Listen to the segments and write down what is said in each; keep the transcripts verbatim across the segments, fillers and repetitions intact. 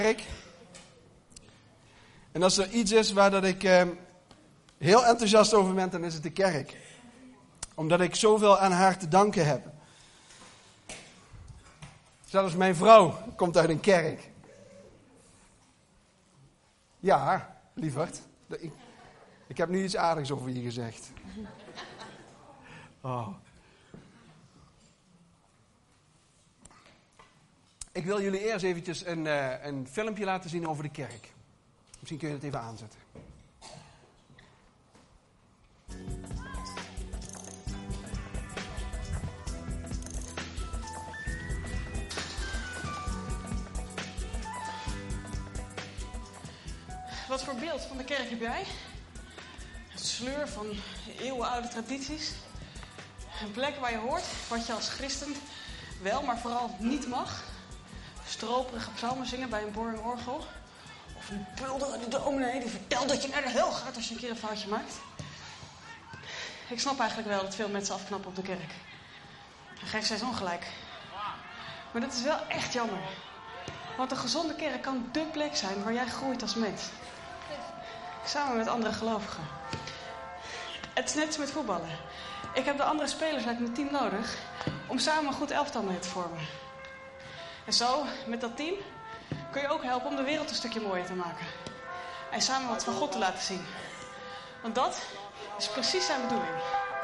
kerk. En als er iets is waar dat ik eh, heel enthousiast over ben, dan is het de kerk. Omdat ik zoveel aan haar te danken heb. Zelfs mijn vrouw komt uit een kerk. Ja, lieverd. Ik, ik heb nu iets aardigs over je gezegd. Oh. Ik wil jullie eerst eventjes een, uh, een filmpje laten zien over de kerk. Misschien kun je het even aanzetten. Wat voor beeld van de kerk heb jij? Een sleur van eeuwenoude tradities. Een plek waar je hoort wat je als christen wel, maar vooral niet mag. Stroperige psalmen zingen bij een boring orgel. Of een bulderende dominee die vertelt dat je naar de hel gaat als je een keer een foutje maakt. Ik snap eigenlijk wel dat veel mensen afknappen op de kerk. En geef zij ongelijk. Maar dat is wel echt jammer. Want een gezonde kerk kan dé plek zijn waar jij groeit als mens. Samen met andere gelovigen. Het is net als met voetballen. Ik heb de andere spelers uit mijn team nodig om samen een goed elftal mee te vormen. En zo, met dat team, kun je ook helpen om de wereld een stukje mooier te maken. En samen wat van God te laten zien. Want dat is precies zijn bedoeling.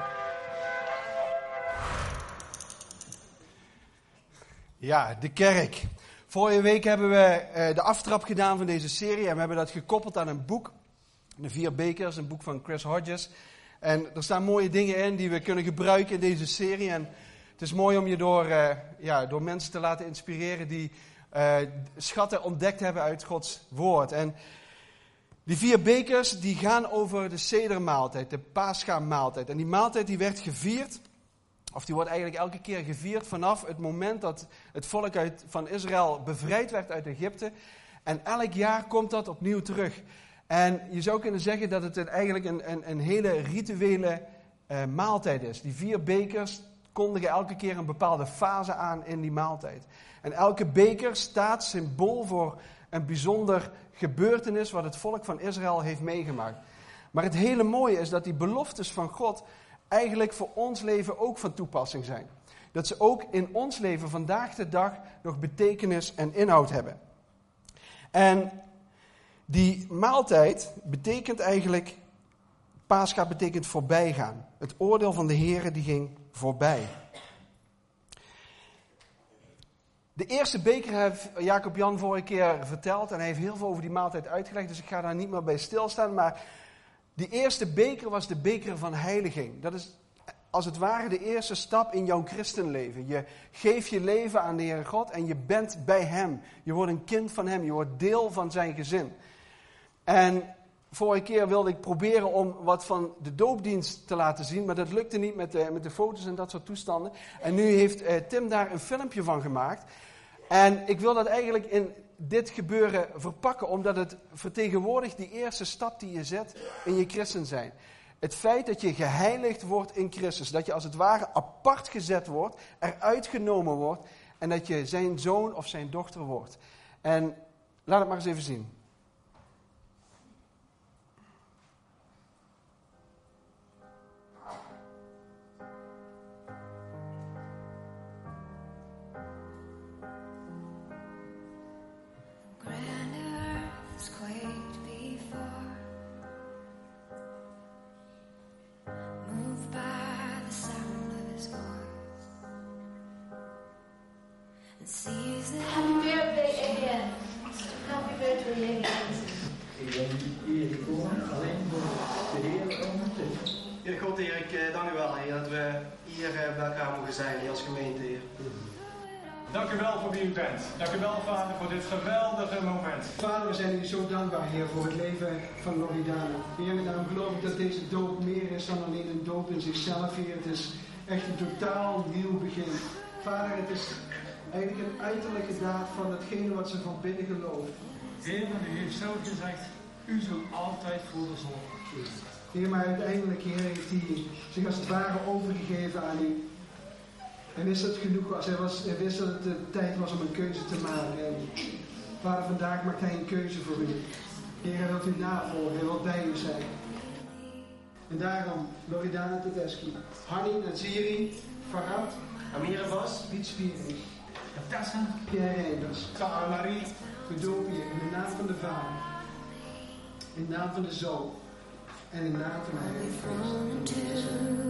Ja, de kerk. Vorige week hebben we uh, de aftrap gedaan van deze serie. En we hebben dat gekoppeld aan een boek. De Vier Bekers, een boek van Chris Hodges. En er staan mooie dingen in die we kunnen gebruiken in deze serie. En het is mooi om je door, uh, ja, door mensen te laten inspireren die uh, schatten ontdekt hebben uit Gods woord. En die vier bekers die gaan over de sedermaaltijd, de Pascha-maaltijd. En die maaltijd die werd gevierd, of die wordt eigenlijk elke keer gevierd vanaf het moment dat het volk uit, van Israël bevrijd werd uit Egypte. En elk jaar komt dat opnieuw terug. En je zou kunnen zeggen dat het een, eigenlijk een, een, een hele rituele uh, maaltijd is. Die vier bekers kondigen elke keer een bepaalde fase aan in die maaltijd. En elke beker staat symbool voor een bijzonder gebeurtenis wat het volk van Israël heeft meegemaakt. Maar het hele mooie is dat die beloftes van God eigenlijk voor ons leven ook van toepassing zijn. Dat ze ook in ons leven vandaag de dag nog betekenis en inhoud hebben. En die maaltijd betekent eigenlijk, Pascha betekent voorbijgaan. Het oordeel van de Heere die ging voorbij. De eerste beker heeft Jacob Jan vorige keer verteld en hij heeft heel veel over die maaltijd uitgelegd, dus ik ga daar niet meer bij stilstaan. Maar die eerste beker was de beker van heiliging. Dat is als het ware de eerste stap in jouw christenleven. Je geeft je leven aan de Heere God en je bent bij Hem. Je wordt een kind van Hem, je wordt deel van zijn gezin. En vorige keer wilde ik proberen om wat van de doopdienst te laten zien, maar dat lukte niet met de, met de foto's en dat soort toestanden. En nu heeft uh, Tim daar een filmpje van gemaakt. En ik wil dat eigenlijk in dit gebeuren verpakken, omdat het vertegenwoordigt die eerste stap die je zet in je christen zijn. Het feit dat je geheiligd wordt in Christus, dat je als het ware apart gezet wordt, eruit genomen wordt en dat je zijn zoon of zijn dochter wordt. En laat het maar eens even zien. Heer God, Heer, ik dank u wel, Heer, dat we hier bij elkaar mogen zijn, Heer, als gemeente, Heer. Dank u wel voor wie u bent. Dank u wel, Vader, voor dit geweldige moment. Vader, we zijn u zo dankbaar, Heer, voor het leven van Loredana. Heer, daarom geloof ik dat deze doop meer is dan alleen een doop in zichzelf, Heer. Het is echt een totaal nieuw begin. Vader, het is eigenlijk een uiterlijke daad van hetgene wat ze van binnen gelooft. Heer, u heeft zelf gezegd, u zult altijd voor de zorgen. Heer, maar uiteindelijk, Heer, heeft hij zich als het ware overgegeven aan u. En is dat genoeg was? Hij, was, hij wist dat het de tijd was om een keuze te maken. En Vader, vandaag maakt hij een keuze voor u. Heer, hij wil u navolgen, hij wil bij u zijn. En daarom, Loredana Tedeschi, Hanni Naziri, Farad, Amir Bas, Piet Spiering, Tassen, Pierre Reinders, Sarah Marie, gedoopt hier in de naam van de Vader, in de naam van de Zoon en in de naam van de Heilige Geest.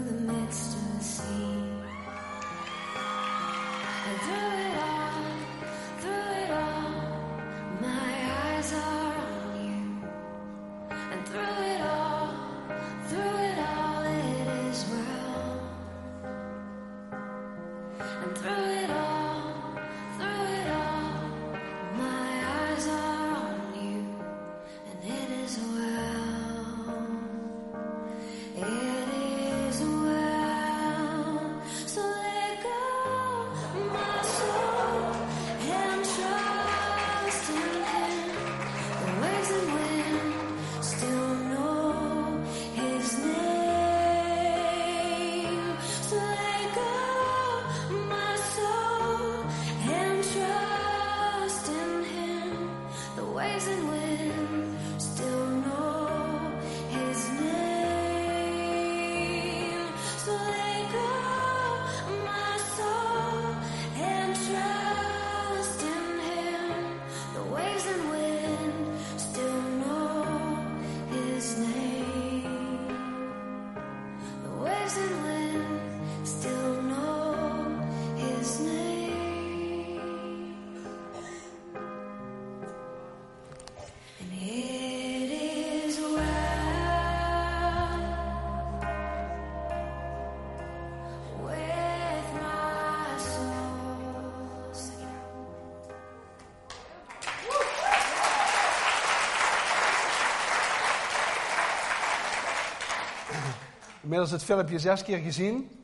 Inmiddels het filmpje zes keer gezien.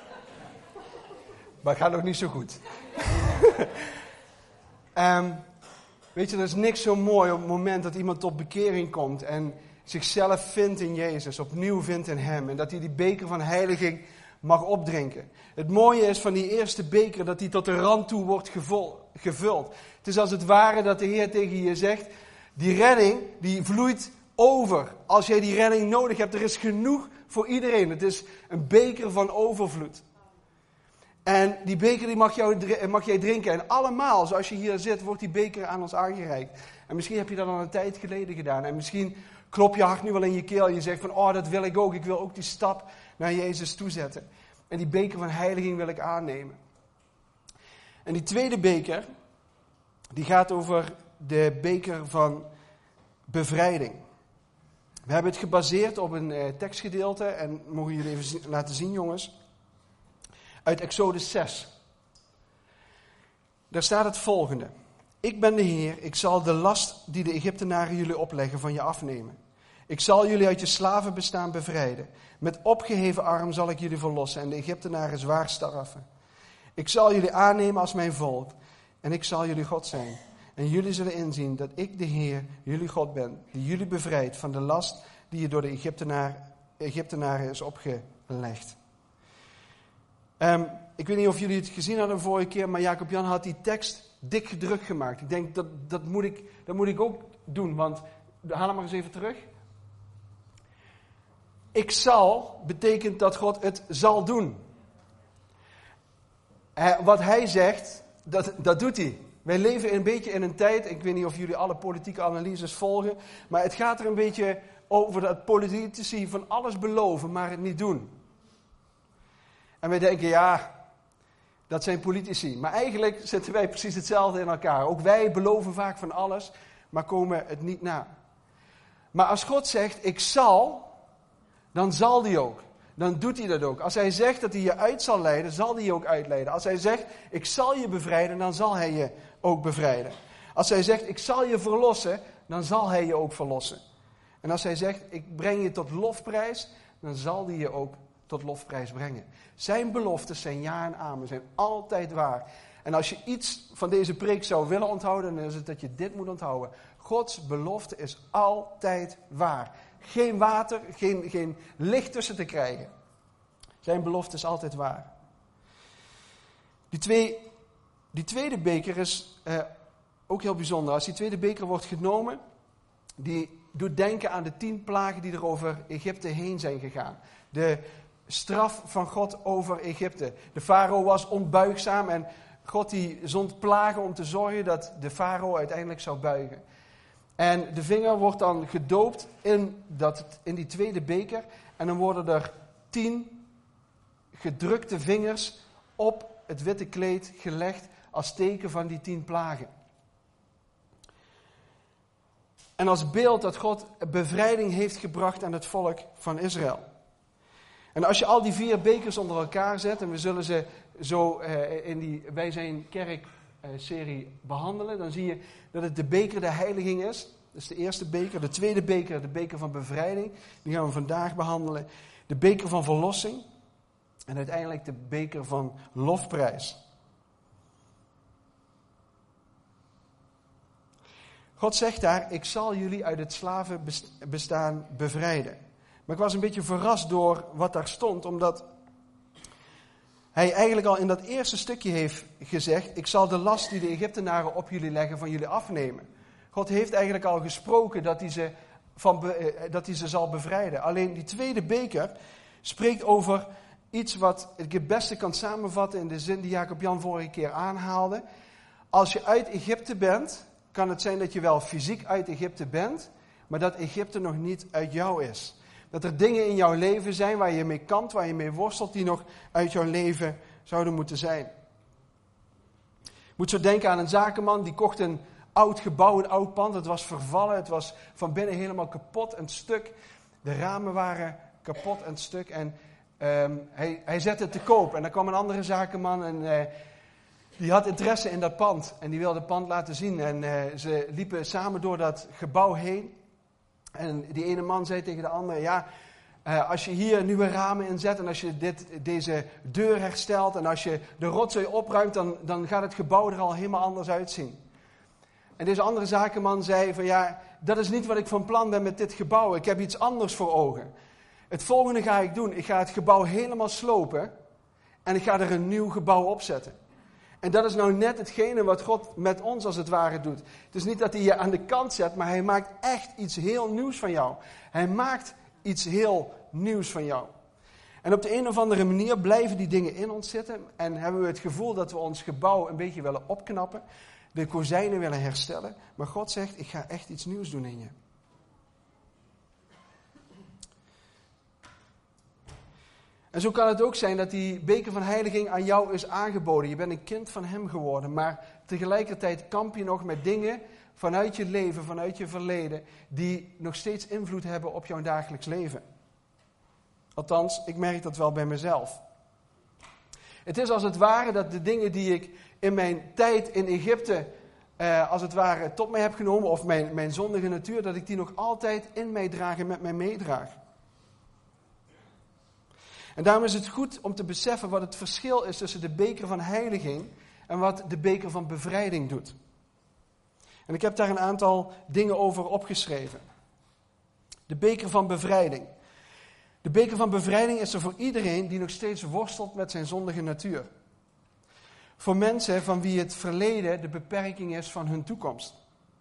Maar het gaat nog niet zo goed. um, weet je, er is niks zo mooi op het moment dat iemand tot bekering komt en zichzelf vindt in Jezus, opnieuw vindt in Hem. En dat hij die beker van heiliging mag opdrinken. Het mooie is van die eerste beker dat die tot de rand toe wordt gevul, gevuld. Het is als het ware dat de Heer tegen je zegt, die redding die vloeit over. Als jij die redding nodig hebt, er is genoeg voor iedereen. Het is een beker van overvloed. En die beker die mag, jou, mag jij drinken. En allemaal, zoals je hier zit, wordt die beker aan ons aangereikt. En misschien heb je dat al een tijd geleden gedaan. En misschien klopt je hart nu wel in je keel. En je zegt van, oh, dat wil ik ook. Ik wil ook die stap naar Jezus toezetten. En die beker van heiliging wil ik aannemen. En die tweede beker, die gaat over de beker van bevrijding. We hebben het gebaseerd op een uh, tekstgedeelte. En mogen jullie even zi- laten zien, jongens. Uit Exodus zes. Daar staat het volgende. Ik ben de Heer, ik zal de last die de Egyptenaren jullie opleggen van je afnemen. Ik zal jullie uit je slavenbestaan bevrijden. Met opgeheven arm zal ik jullie verlossen en de Egyptenaren zwaar straffen. Ik zal jullie aannemen als mijn volk en ik zal jullie God zijn. En jullie zullen inzien dat ik de Heer, jullie God ben, die jullie bevrijdt van de last die je door de Egyptenaar, Egyptenaren is opgelegd. Um, ik weet niet of jullie het gezien hadden de vorige keer, maar Jacob Jan had die tekst dik gedrukt gemaakt. Ik denk, dat, dat, moet ik, dat moet ik ook doen, want haal hem maar eens even terug. Ik zal, betekent dat God het zal doen. He, wat hij zegt, dat, dat doet hij. Wij leven een beetje in een tijd, ik weet niet of jullie alle politieke analyses volgen, maar het gaat er een beetje over dat politici van alles beloven, maar het niet doen. En wij denken, ja, dat zijn politici. Maar eigenlijk zitten wij precies hetzelfde in elkaar. Ook wij beloven vaak van alles, maar komen het niet na. Maar als God zegt, ik zal, dan zal hij ook. Dan doet hij dat ook. Als hij zegt dat hij je uit zal leiden, zal hij je ook uitleiden. Als hij zegt, ik zal je bevrijden, dan zal hij je ook bevrijden. Als hij zegt, ik zal je verlossen, dan zal hij je ook verlossen. En als hij zegt, ik breng je tot lofprijs, dan zal hij je ook tot lofprijs brengen. Zijn beloftes zijn ja en amen, zijn altijd waar. En als je iets van deze preek zou willen onthouden, dan is het dat je dit moet onthouden. Gods belofte is altijd waar. Geen water, geen, geen licht tussen te krijgen. Zijn belofte is altijd waar. Die, twee, die tweede beker is uh, ook heel bijzonder. Als die tweede beker wordt genomen, die doet denken aan de tien plagen die er over Egypte heen zijn gegaan. De straf van God over Egypte. De farao was onbuigzaam en God die zond plagen om te zorgen dat de farao uiteindelijk zou buigen. En de vinger wordt dan gedoopt in, dat, in die tweede beker. En dan worden er tien gedrukte vingers op het witte kleed gelegd als teken van die tien plagen. En als beeld dat God bevrijding heeft gebracht aan het volk van Israël. En als je al die vier bekers onder elkaar zet, en we zullen ze zo uh, in die Wij Zijn Kerk uh, serie behandelen, dan zie je dat het de beker de heiliging is. Dat is de eerste beker. De tweede beker, de beker van bevrijding. Die gaan we vandaag behandelen. De beker van verlossing. En uiteindelijk de beker van lofprijs. God zegt daar, ik zal jullie uit het slavenbestaan bevrijden. Maar ik was een beetje verrast door wat daar stond, omdat hij eigenlijk al in dat eerste stukje heeft gezegd, ik zal de last die de Egyptenaren op jullie leggen van jullie afnemen. God heeft eigenlijk al gesproken dat hij ze, van, dat hij ze zal bevrijden. Alleen die tweede beker spreekt over iets wat ik het beste kan samenvatten in de zin die Jacob Jan vorige keer aanhaalde. Als je uit Egypte bent, kan het zijn dat je wel fysiek uit Egypte bent, maar dat Egypte nog niet uit jou is. Dat er dingen in jouw leven zijn waar je mee kampt, waar je mee worstelt, die nog uit jouw leven zouden moeten zijn. Je moet zo denken aan een zakenman, die kocht een oud gebouw, een oud pand. Het was vervallen, het was van binnen helemaal kapot en stuk. De ramen waren kapot en stuk en um, hij, hij zette het te koop. En dan kwam een andere zakenman en uh, die had interesse in dat pand. En die wilde het pand laten zien. En uh, ze liepen samen door dat gebouw heen. En die ene man zei tegen de andere, ja, uh, als je hier nieuwe ramen inzet en als je dit, deze deur herstelt en als je de rotzooi opruimt, dan, dan gaat het gebouw er al helemaal anders uitzien. En deze andere zakenman zei van, ja, dat is niet wat ik van plan ben met dit gebouw. Ik heb iets anders voor ogen. Het volgende ga ik doen. Ik ga het gebouw helemaal slopen en ik ga er een nieuw gebouw op zetten. En dat is nou net hetgene wat God met ons als het ware doet. Het is niet dat hij je aan de kant zet, maar hij maakt echt iets heel nieuws van jou. Hij maakt iets heel nieuws van jou. En op de een of andere manier blijven die dingen in ons zitten en hebben we het gevoel dat we ons gebouw een beetje willen opknappen, de kozijnen willen herstellen. Maar God zegt, ik ga echt iets nieuws doen in je. En zo kan het ook zijn dat die beker van heiliging aan jou is aangeboden. Je bent een kind van hem geworden, maar tegelijkertijd kamp je nog met dingen vanuit je leven, vanuit je verleden, die nog steeds invloed hebben op jouw dagelijks leven. Althans, ik merk dat wel bij mezelf. Het is als het ware dat de dingen die ik in mijn tijd in Egypte, eh, als het ware, tot mij heb genomen, of mijn, mijn zondige natuur, dat ik die nog altijd in mij draag en met mij meedraag. En daarom is het goed om te beseffen wat het verschil is tussen de beker van heiliging en wat de beker van bevrijding doet. En ik heb daar een aantal dingen over opgeschreven. De beker van bevrijding. De beker van bevrijding is er voor iedereen die nog steeds worstelt met zijn zondige natuur. Voor mensen van wie het verleden de beperking is van hun toekomst.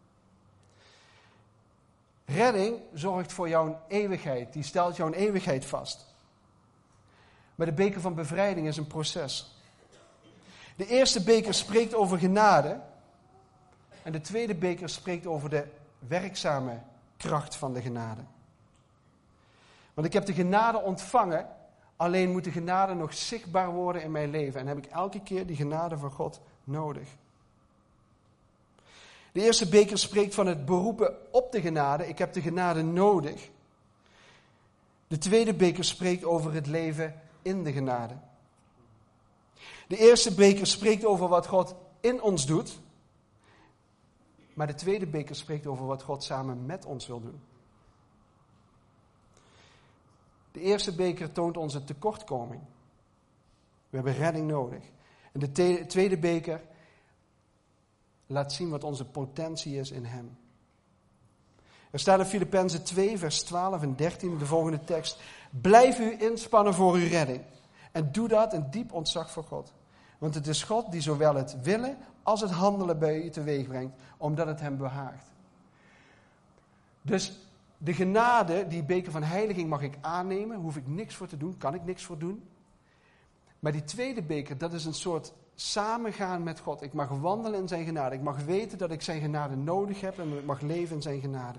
Redding zorgt voor jouw eeuwigheid, die stelt jouw eeuwigheid vast. Maar de beker van bevrijding is een proces. De eerste beker spreekt over genade. En de tweede beker spreekt over de werkzame kracht van de genade. Want ik heb de genade ontvangen, alleen moet de genade nog zichtbaar worden in mijn leven. En heb ik elke keer die genade van God nodig. De eerste beker spreekt van het beroepen op de genade. Ik heb de genade nodig. De tweede beker spreekt over het leven in de genade. De eerste beker spreekt over wat God in ons doet. Maar de tweede beker spreekt over wat God samen met ons wil doen. De eerste beker toont onze tekortkoming. We hebben redding nodig. En de te- tweede beker laat zien wat onze potentie is in hem. Er staat in Filippenzen twee, vers twaalf en dertien, de volgende tekst. Blijf u inspannen voor uw redding. En doe dat in diep ontzag voor God. Want het is God die zowel het willen als het handelen bij u teweeg brengt, omdat het hem behaagt. Dus de genade, die beker van heiliging mag ik aannemen, hoef ik niks voor te doen, kan ik niks voor doen. Maar die tweede beker, dat is een soort samengaan met God. Ik mag wandelen in zijn genade. Ik mag weten dat ik zijn genade nodig heb en ik mag leven in zijn genade.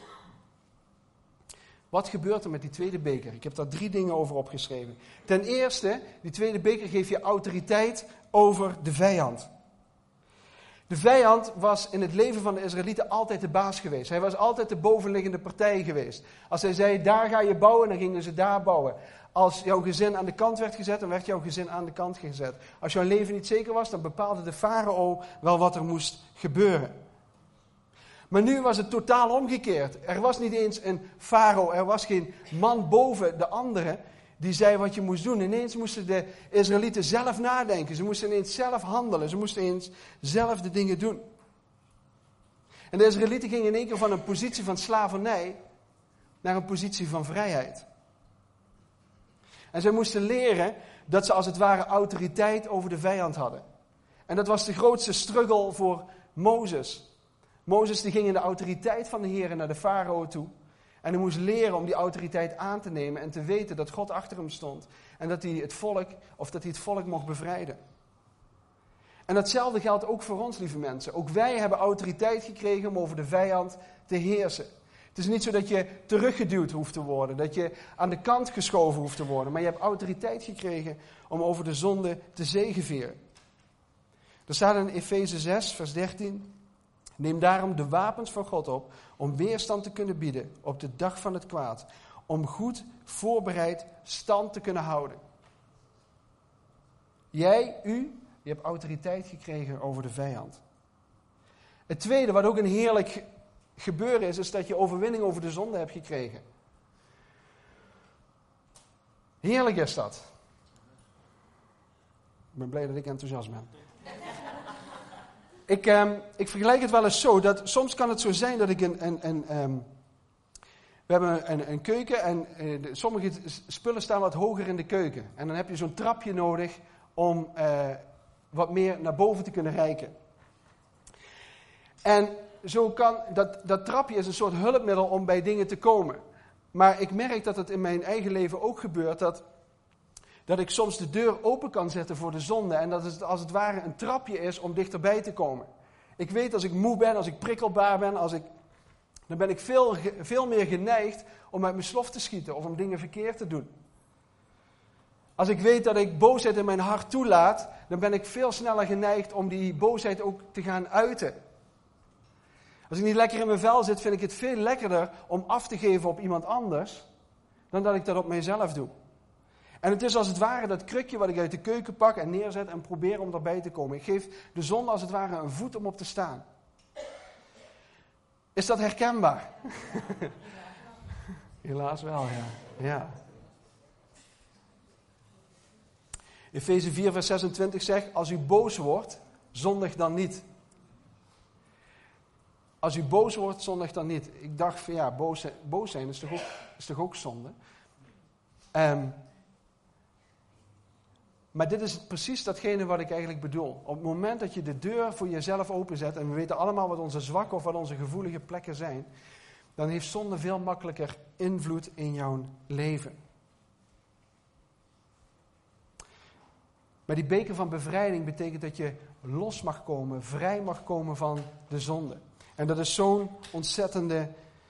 Wat gebeurt er met die tweede beker? Ik heb daar drie dingen over opgeschreven. Ten eerste, die tweede beker geeft je autoriteit over de vijand. De vijand was in het leven van de Israëlieten altijd de baas geweest. Hij was altijd de bovenliggende partij geweest. Als hij zei, daar ga je bouwen, dan gingen ze daar bouwen. Als jouw gezin aan de kant werd gezet, dan werd jouw gezin aan de kant gezet. Als jouw leven niet zeker was, dan bepaalde de farao wel wat er moest gebeuren. Maar nu was het totaal omgekeerd. Er was niet eens een farao, er was geen man boven de andere die zei wat je moest doen. Ineens moesten de Israëlieten zelf nadenken. Ze moesten ineens zelf handelen. Ze moesten ineens zelf de dingen doen. En de Israëlieten gingen in één keer van een positie van slavernij naar een positie van vrijheid. En zij moesten leren dat ze als het ware autoriteit over de vijand hadden. En dat was de grootste struggle voor Mozes. Mozes die ging in de autoriteit van de Heer naar de farao toe. En hij moest leren om die autoriteit aan te nemen en te weten dat God achter hem stond. En dat hij het volk, of dat hij het volk mocht bevrijden. En datzelfde geldt ook voor ons, lieve mensen. Ook wij hebben autoriteit gekregen om over de vijand te heersen. Het is niet zo dat je teruggeduwd hoeft te worden, dat je aan de kant geschoven hoeft te worden. Maar je hebt autoriteit gekregen om over de zonde te zegeveren. Er staat in Efeze zes, vers dertien... Neem daarom de wapens van God op om weerstand te kunnen bieden op de dag van het kwaad. Om goed voorbereid stand te kunnen houden. Jij, u, je hebt autoriteit gekregen over de vijand. Het tweede, wat ook een heerlijk gebeuren is, is dat je overwinning over de zonde hebt gekregen. Heerlijk is dat. Ik ben blij dat ik enthousiast ben. Ik, um, ik vergelijk het wel eens zo, dat soms kan het zo zijn dat ik een... een, een um, we hebben een, een keuken en uh, de, sommige spullen staan wat hoger in de keuken. En dan heb je zo'n trapje nodig om uh, wat meer naar boven te kunnen reiken. En zo kan, dat, dat trapje is een soort hulpmiddel om bij dingen te komen. Maar ik merk dat het in mijn eigen leven ook gebeurt, dat... Dat ik soms de deur open kan zetten voor de zonde. En dat het als het ware een trapje is om dichterbij te komen. Ik weet als ik moe ben, als ik prikkelbaar ben, als ik, dan ben ik veel, veel meer geneigd om uit mijn slof te schieten. Of om dingen verkeerd te doen. Als ik weet dat ik boosheid in mijn hart toelaat, dan ben ik veel sneller geneigd om die boosheid ook te gaan uiten. Als ik niet lekker in mijn vel zit, vind ik het veel lekkerder om af te geven op iemand anders. Dan dat ik dat op mijzelf doe. En het is als het ware dat krukje wat ik uit de keuken pak en neerzet en probeer om erbij te komen. Ik geef de zonde als het ware een voet om op te staan. Is dat herkenbaar? Helaas wel, ja. ja. Efeze vier vers zesentwintig zegt, als u boos wordt, zondig dan niet. Als u boos wordt, zondig dan niet. Ik dacht van ja, boos, boos zijn is toch ook, is toch ook zonde? Um, Maar dit is precies datgene wat ik eigenlijk bedoel. Op het moment dat je de deur voor jezelf openzet, en we weten allemaal wat onze zwakke of wat onze gevoelige plekken zijn, dan heeft zonde veel makkelijker invloed in jouw leven. Maar die beker van bevrijding betekent dat je los mag komen, vrij mag komen van de zonde. En dat is zo'n ontzettende,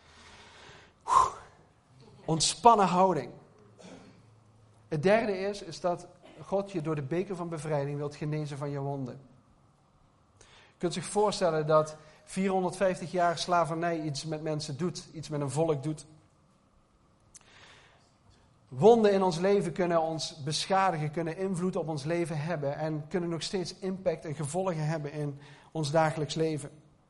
ontspannen houding. Het derde is, is dat God je door de beker van bevrijding wilt genezen van je wonden. Je kunt zich voorstellen dat vierhonderdvijftig jaar slavernij iets met mensen doet, iets met een volk doet. Wonden in ons leven kunnen ons beschadigen, kunnen invloed op ons leven hebben en kunnen nog steeds impact en gevolgen hebben in ons dagelijks leven.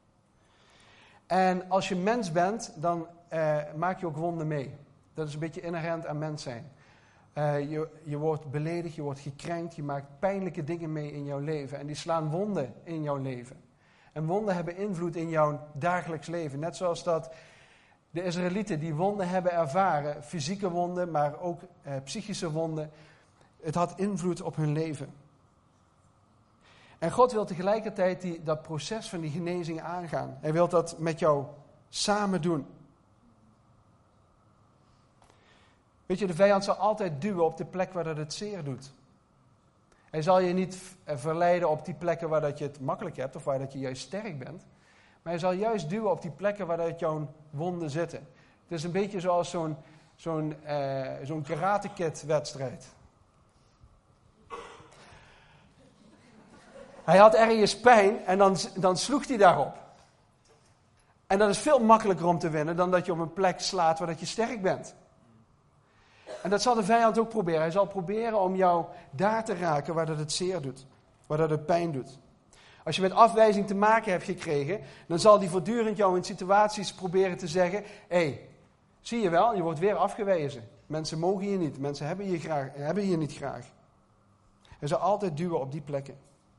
En als je mens bent, dan uh, maak je ook wonden mee. Dat is een beetje inherent aan mens zijn. Uh, je, je wordt beledigd, je wordt gekrenkt, je maakt pijnlijke dingen mee in jouw leven. En die slaan wonden in jouw leven. En wonden hebben invloed in jouw dagelijks leven. Net zoals dat de Israëlieten die wonden hebben ervaren. Fysieke wonden, maar ook uh, psychische wonden. Het had invloed op hun leven. En God wil tegelijkertijd die, dat proces van die genezing aangaan. Hij wil dat met jou samen doen. Weet je, de vijand zal altijd duwen op de plek waar dat het zeer doet. Hij zal je niet verleiden op die plekken waar dat je het makkelijk hebt of waar dat je juist sterk bent. Maar hij zal juist duwen op die plekken waar dat jouw wonden zitten. Het is een beetje zoals zo'n, zo'n, uh, zo'n Karate Kid wedstrijd. Hij had ergens pijn en dan, dan sloeg hij daarop. En dat is veel makkelijker om te winnen dan dat je op een plek slaat waar dat je sterk bent. En dat zal de vijand ook proberen. Hij zal proberen om jou daar te raken waar dat het zeer doet. Waar dat het pijn doet. Als je met afwijzing te maken hebt gekregen, dan zal hij voortdurend jou in situaties proberen te zeggen: hé, hey, zie je wel, je wordt weer afgewezen. Mensen mogen je niet, mensen hebben je, graag, hebben je niet graag. Hij zal altijd duwen op die plekken.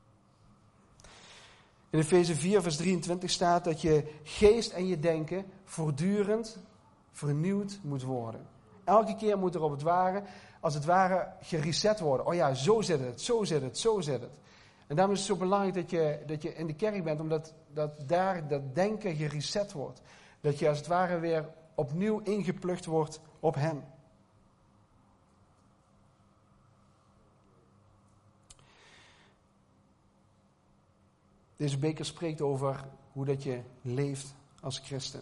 In Efeze vier vers drieëntwintig staat dat je geest en je denken voortdurend vernieuwd moet worden. Elke keer moet er op het ware, als het ware, gereset worden. Oh ja, zo zit het, zo zit het, zo zit het. En daarom is het zo belangrijk dat je, dat je in de kerk bent, omdat dat daar dat denken gereset wordt. Dat je als het ware weer opnieuw ingeplucht wordt op hem. Deze beker spreekt over hoe dat je leeft als christen.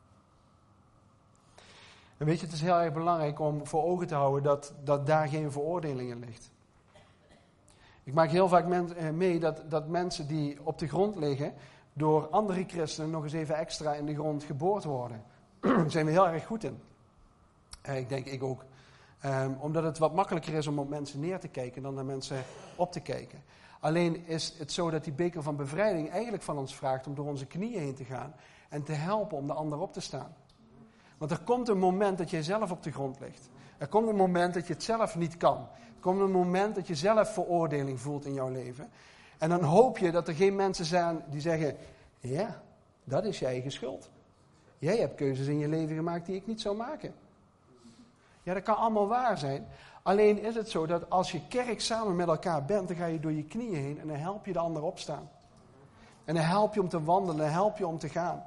En weet je, het is heel erg belangrijk om voor ogen te houden dat, dat daar geen veroordeling in ligt. Ik maak heel vaak men, mee dat, dat mensen die op de grond liggen, door andere christenen nog eens even extra in de grond geboord worden. Daar zijn we heel erg goed in. Eh, ik denk ik ook. Um, omdat het wat makkelijker is om op mensen neer te kijken dan naar mensen op te kijken. Alleen is het zo dat die beker van bevrijding eigenlijk van ons vraagt om door onze knieën heen te gaan en te helpen om de ander op te staan. Want er komt een moment dat jij zelf op de grond ligt. Er komt een moment dat je het zelf niet kan. Er komt een moment dat je zelf veroordeling voelt in jouw leven. En dan hoop je dat er geen mensen zijn die zeggen: ja, dat is je eigen schuld. Jij hebt keuzes in je leven gemaakt die ik niet zou maken. Ja, dat kan allemaal waar zijn. Alleen is het zo dat als je kerk samen met elkaar bent, dan ga je door je knieën heen en dan help je de ander opstaan. En dan help je om te wandelen, dan help je om te gaan.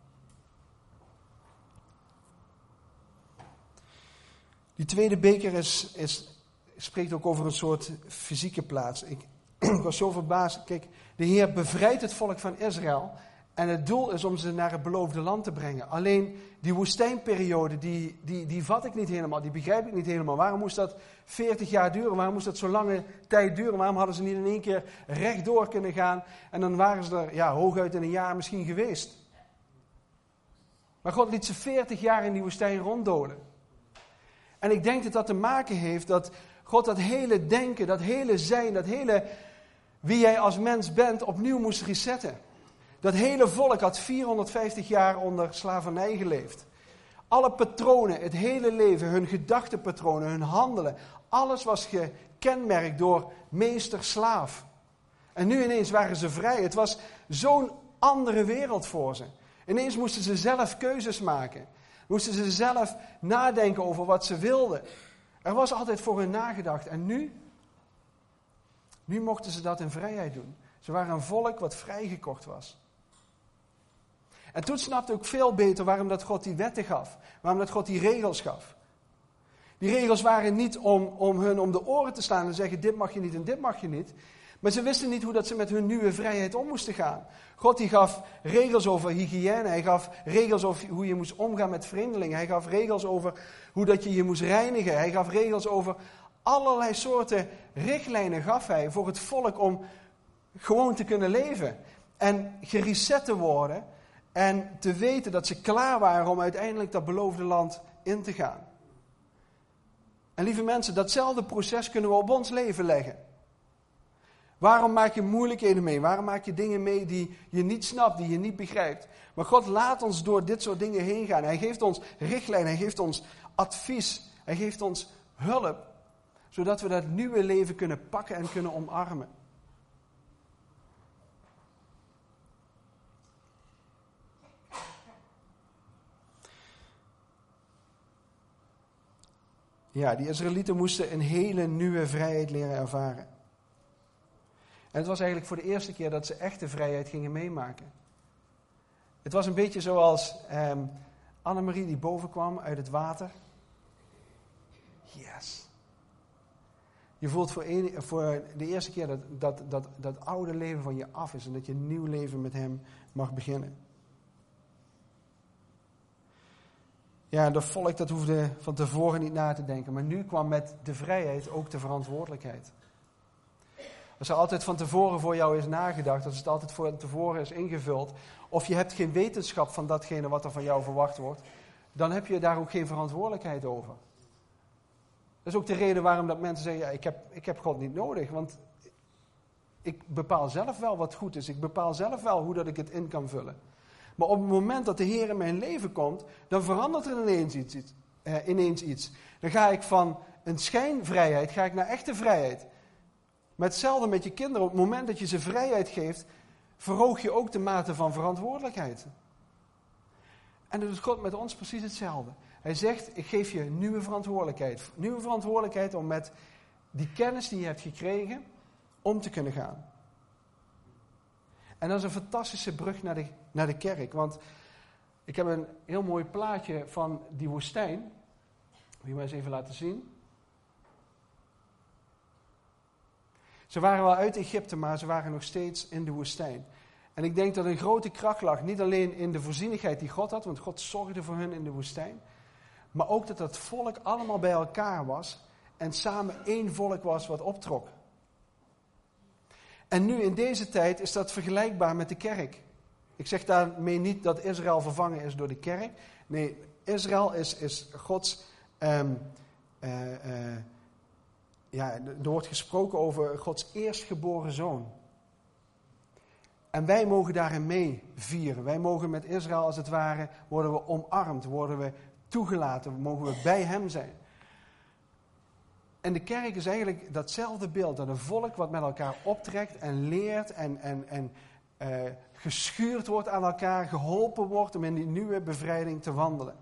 Die tweede beker is, is, spreekt ook over een soort fysieke plaats. Ik, ik was zo verbaasd. Kijk, de Heer bevrijdt het volk van Israël. En het doel is om ze naar het beloofde land te brengen. Alleen die woestijnperiode, die, die, die vat ik niet helemaal. Die begrijp ik niet helemaal. Waarom moest dat veertig jaar duren? Waarom moest dat zo lange tijd duren? Waarom hadden ze niet in één keer rechtdoor kunnen gaan? En dan waren ze er ja, hooguit in een jaar misschien geweest. Maar God liet ze veertig jaar in die woestijn ronddolen. En ik denk dat dat te maken heeft dat God dat hele denken, dat hele zijn, dat hele wie jij als mens bent opnieuw moest resetten. Dat hele volk had vierhonderdvijftig jaar onder slavernij geleefd. Alle patronen, het hele leven, hun gedachtenpatronen, hun handelen, alles was gekenmerkt door meester-slaaf. En nu ineens waren ze vrij. Het was zo'n andere wereld voor ze. Ineens moesten ze zelf keuzes maken. Moesten ze zelf nadenken over wat ze wilden. Er was altijd voor hun nagedacht. En nu? Nu mochten ze dat in vrijheid doen. Ze waren een volk wat vrijgekocht was. En toen snapte ik veel beter waarom dat God die wetten gaf. Waarom dat God die regels gaf. Die regels waren niet om, om hun om de oren te slaan en zeggen: dit mag je niet en dit mag je niet. Maar ze wisten niet hoe dat ze met hun nieuwe vrijheid om moesten gaan. God die gaf regels over hygiëne. Hij gaf regels over hoe je moest omgaan met vreemdelingen. Hij gaf regels over hoe dat je je moest reinigen. Hij gaf regels over allerlei soorten richtlijnen gaf hij voor het volk om gewoon te kunnen leven. En gereset te worden. En te weten dat ze klaar waren om uiteindelijk dat beloofde land in te gaan. En lieve mensen, datzelfde proces kunnen we op ons leven leggen. Waarom maak je moeilijkheden mee? Waarom maak je dingen mee die je niet snapt, die je niet begrijpt? Maar God laat ons door dit soort dingen heen gaan. Hij geeft ons richtlijnen, hij geeft ons advies, hij geeft ons hulp. Zodat we dat nieuwe leven kunnen pakken en kunnen omarmen. Ja, die Israëlieten moesten een hele nieuwe vrijheid leren ervaren. En het was eigenlijk voor de eerste keer dat ze echte vrijheid gingen meemaken. Het was een beetje zoals um, Annemarie die boven kwam uit het water. Yes. Je voelt voor, een, voor de eerste keer dat, dat, dat dat oude leven van je af is en dat je een nieuw leven met hem mag beginnen. Ja, dat volk dat hoefde van tevoren niet na te denken. Maar nu kwam met de vrijheid ook de verantwoordelijkheid. Als er altijd van tevoren voor jou is nagedacht, als het altijd van tevoren is ingevuld, of je hebt geen wetenschap van datgene wat er van jou verwacht wordt, dan heb je daar ook geen verantwoordelijkheid over. Dat is ook de reden waarom dat mensen zeggen, ja, ik heb, ik heb God niet nodig, want ik bepaal zelf wel wat goed is. Ik bepaal zelf wel hoe dat ik het in kan vullen. Maar op het moment dat de Heer in mijn leven komt, dan verandert er ineens iets. iets, eh, ineens iets. Dan ga ik van een schijnvrijheid, ga ik naar echte vrijheid. Maar hetzelfde met je kinderen. Op het moment dat je ze vrijheid geeft, verhoog je ook de mate van verantwoordelijkheid. En dat doet God met ons precies hetzelfde. Hij zegt, ik geef je nieuwe verantwoordelijkheid. Nieuwe verantwoordelijkheid om met die kennis die je hebt gekregen, om te kunnen gaan. En dat is een fantastische brug naar de, naar de kerk. Want ik heb een heel mooi plaatje van die woestijn. Wil je maar eens even laten zien? Ze waren wel uit Egypte, maar ze waren nog steeds in de woestijn. En ik denk dat een grote kracht lag, niet alleen in de voorzienigheid die God had, want God zorgde voor hen in de woestijn. Maar ook dat het volk allemaal bij elkaar was en samen één volk was wat optrok. En nu in deze tijd is dat vergelijkbaar met de kerk. Ik zeg daarmee niet dat Israël vervangen is door de kerk. Nee, Israël is, is Gods... Um, uh, uh, ja, er wordt gesproken over Gods eerstgeboren zoon. En wij mogen daarin mee vieren. Wij mogen met Israël als het ware, worden we omarmd, worden we toegelaten, mogen we bij hem zijn. En de kerk is eigenlijk datzelfde beeld, dat een volk wat met elkaar optrekt en leert en, en, en uh, geschuurd wordt aan elkaar, geholpen wordt om in die nieuwe bevrijding te wandelen.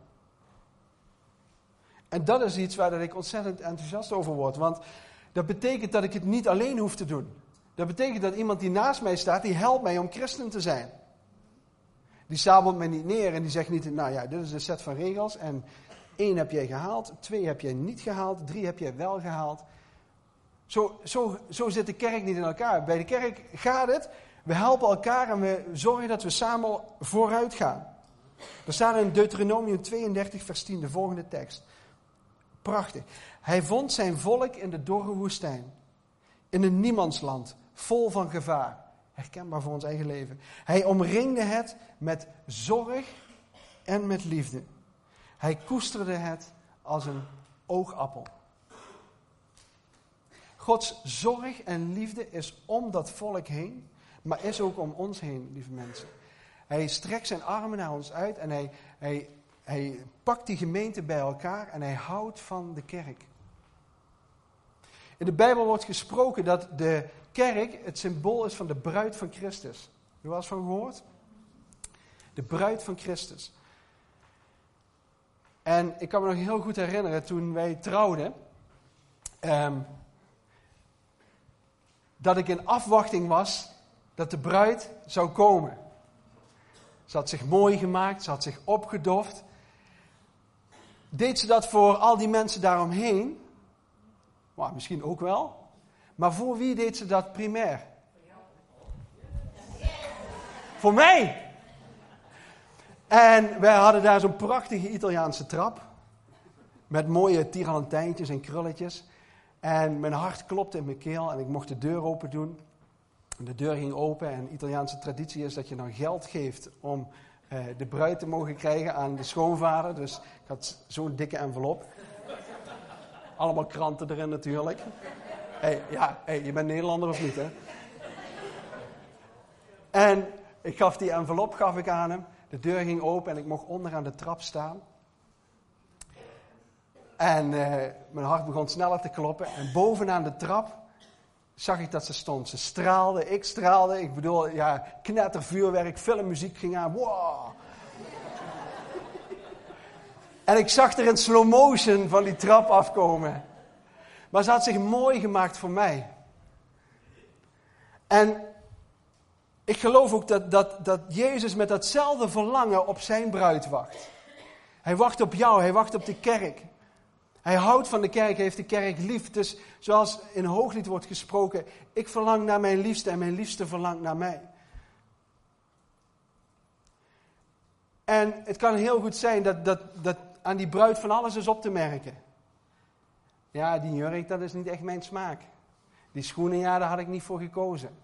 En dat is iets waar dat ik ontzettend enthousiast over word, want dat betekent dat ik het niet alleen hoef te doen. Dat betekent dat iemand die naast mij staat, die helpt mij om christen te zijn. Die sabelt mij niet neer en die zegt niet, nou ja, dit is een set van regels en één heb jij gehaald, twee heb jij niet gehaald, drie heb jij wel gehaald. Zo, zo, zo zit de kerk niet in elkaar. Bij de kerk gaat het, we helpen elkaar en we zorgen dat we samen vooruit gaan. Er staat in Deuteronomium tweeëndertig vers tien de volgende tekst. Prachtig. Hij vond zijn volk in de dorre woestijn, in een niemandsland, vol van gevaar. Herkenbaar voor ons eigen leven. Hij omringde het met zorg en met liefde. Hij koesterde het als een oogappel. Gods zorg en liefde is om dat volk heen, maar is ook om ons heen, lieve mensen. Hij strekt zijn armen naar ons uit en hij, hij, hij pakt die gemeente bij elkaar en hij houdt van de kerk. In de Bijbel wordt gesproken dat de kerk het symbool is van de bruid van Christus. Heb je wel eens van gehoord? De bruid van Christus. En ik kan me nog heel goed herinneren toen wij trouwden, um, dat ik in afwachting was dat de bruid zou komen. Ze had zich mooi gemaakt, ze had zich opgedoft. Deed ze dat voor al die mensen daaromheen? Nou, misschien ook wel. Maar voor wie deed ze dat primair? Voor mij! En wij hadden daar zo'n prachtige Italiaanse trap. Met mooie tiralantijntjes en krulletjes. En mijn hart klopte in mijn keel en ik mocht de deur open doen. En de deur ging open en Italiaanse traditie is dat je dan geld geeft om uh, de bruid te mogen krijgen aan de schoonvader. Dus ik had zo'n dikke envelop. Allemaal kranten erin natuurlijk. Hey, ja, hey, je bent Nederlander of niet, hè? En ik gaf die envelop gaf ik aan hem. De deur ging open en ik mocht onderaan de trap staan. En uh, mijn hart begon sneller te kloppen. En bovenaan de trap zag ik dat ze stond. Ze straalde, ik straalde. Ik bedoel, ja, knettervuurwerk, filmmuziek ging aan. Wow! En ik zag er in slow motion van die trap afkomen. Maar ze had zich mooi gemaakt voor mij. En ik geloof ook dat, dat, dat Jezus met datzelfde verlangen op zijn bruid wacht. Hij wacht op jou, hij wacht op de kerk. Hij houdt van de kerk, hij heeft de kerk lief. Dus zoals in Hooglied wordt gesproken, ik verlang naar mijn liefste en mijn liefste verlangt naar mij. En het kan heel goed zijn dat, dat, dat aan die bruid van alles is op te merken. Ja, die jurk, dat is niet echt mijn smaak. Die schoenen, ja, daar had ik niet voor gekozen.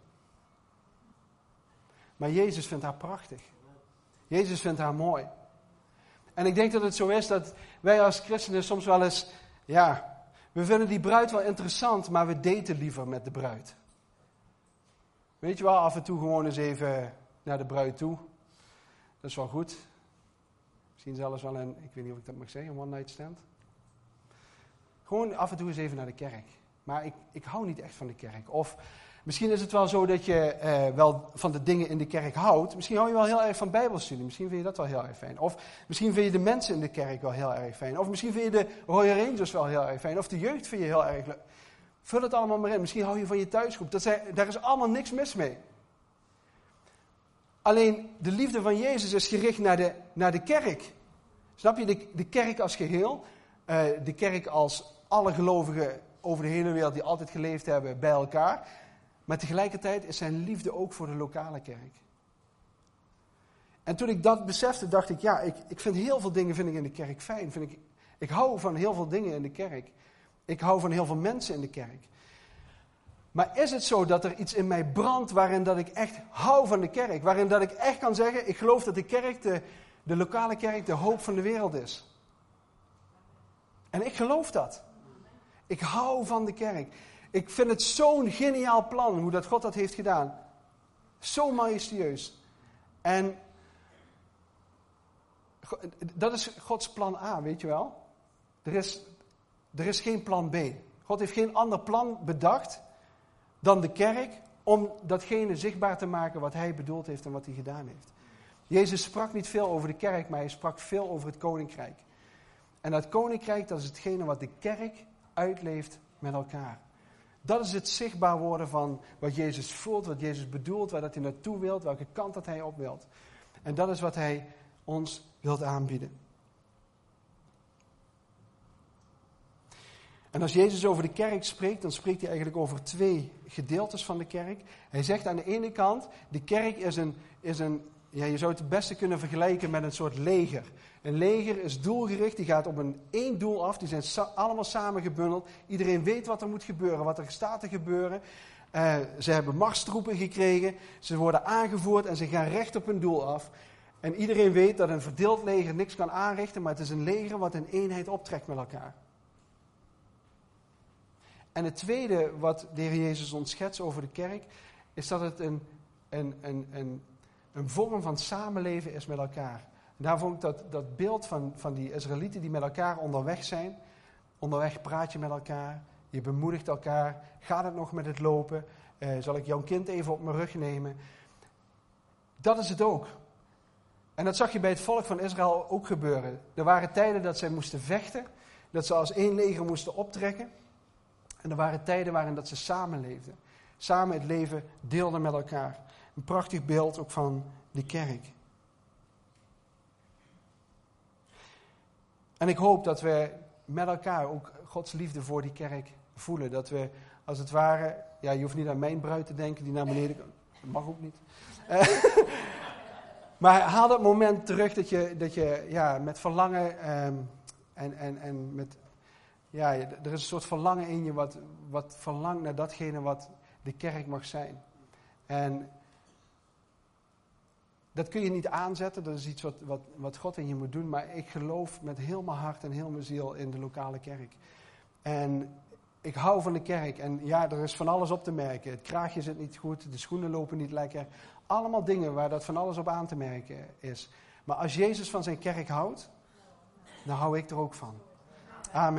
Maar Jezus vindt haar prachtig. Jezus vindt haar mooi. En ik denk dat het zo is dat wij als christenen soms wel eens, ja, we vinden die bruid wel interessant, maar we daten liever met de bruid. Weet je wel, af en toe gewoon eens even naar de bruid toe. Dat is wel goed. Misschien zelfs wel een, ik weet niet of ik dat mag zeggen, een one night stand. Gewoon af en toe eens even naar de kerk. Maar ik, ik hou niet echt van de kerk. Of misschien is het wel zo dat je eh, wel van de dingen in de kerk houdt. Misschien hou je wel heel erg van bijbelstudie. Misschien vind je dat wel heel erg fijn. Of misschien vind je de mensen in de kerk wel heel erg fijn. Of misschien vind je de Royal Rangers wel heel erg fijn. Of de jeugd vind je heel erg leuk. Vul het allemaal maar in. Misschien hou je van je thuisgroep. Dat zijn, daar is allemaal niks mis mee. Alleen de liefde van Jezus is gericht naar de, naar de kerk. Snap je? De, de kerk als geheel. Uh, de kerk als alle gelovigen over de hele wereld die altijd geleefd hebben bij elkaar. Maar tegelijkertijd is zijn liefde ook voor de lokale kerk. En toen ik dat besefte, dacht ik, ja, ik, ik vind heel veel dingen vind ik in de kerk fijn. Vind ik, ik hou van heel veel dingen in de kerk. Ik hou van heel veel mensen in de kerk. Maar is het zo dat er iets in mij brandt waarin dat ik echt hou van de kerk? Waarin dat ik echt kan zeggen, ik geloof dat de kerk, de, de lokale kerk, de hoop van de wereld is. En ik geloof dat. Ik hou van de kerk. Ik vind het zo'n geniaal plan, hoe dat God dat heeft gedaan. Zo majestueus. En dat is Gods plan A, weet je wel. Er is, er is geen plan B. God heeft geen ander plan bedacht dan de kerk om datgene zichtbaar te maken wat hij bedoeld heeft en wat hij gedaan heeft. Jezus sprak niet veel over de kerk, maar hij sprak veel over het koninkrijk. En dat koninkrijk, dat is hetgene wat de kerk uitleeft met elkaar. Dat is het zichtbaar worden van wat Jezus voelt, wat Jezus bedoelt, waar dat hij naartoe wilt, welke kant dat hij op wilt. En dat is wat hij ons wilt aanbieden. En als Jezus over de kerk spreekt, dan spreekt hij eigenlijk over twee gedeeltes van de kerk. Hij zegt aan de ene kant, de kerk is een, is een ja, je zou het het beste kunnen vergelijken met een soort leger. Een leger is doelgericht, die gaat op een één doel af, die zijn sa- allemaal samengebundeld. Iedereen weet wat er moet gebeuren, wat er staat te gebeuren. Uh, ze hebben marstroepen gekregen, ze worden aangevoerd en ze gaan recht op hun doel af. En iedereen weet dat een verdeeld leger niks kan aanrichten, maar het is een leger wat in eenheid optrekt met elkaar. En het tweede wat de Heer Jezus ons schetst over de kerk, is dat het een, een, een, een, een vorm van samenleven is met elkaar. En daar vond ik dat, dat beeld van, van die Israëlieten die met elkaar onderweg zijn. Onderweg praat je met elkaar, je bemoedigt elkaar. Gaat het nog met het lopen? Uh, zal ik jouw kind even op mijn rug nemen? Dat is het ook. En dat zag je bij het volk van Israël ook gebeuren. Er waren tijden dat zij moesten vechten, dat ze als één leger moesten optrekken. En er waren tijden waarin dat ze samenleefden. Samen het leven deelden met elkaar. Een prachtig beeld ook van de kerk. En ik hoop dat we met elkaar ook Gods liefde voor die kerk voelen. Dat we als het ware, ja, je hoeft niet aan mijn bruid te denken die naar beneden kan. Dat mag ook niet. Maar haal dat moment terug dat je, dat je ja, met verlangen um, en, en, en met... Ja, er is een soort verlangen in je wat, wat verlangt naar datgene wat de kerk mag zijn. En dat kun je niet aanzetten, dat is iets wat, wat, wat God in je moet doen. Maar ik geloof met heel mijn hart en heel mijn ziel in de lokale kerk. En ik hou van de kerk. En ja, er is van alles op te merken. Het kraagje zit niet goed, de schoenen lopen niet lekker. Allemaal dingen waar dat van alles op aan te merken is. Maar als Jezus van zijn kerk houdt, dan hou ik er ook van. Amen.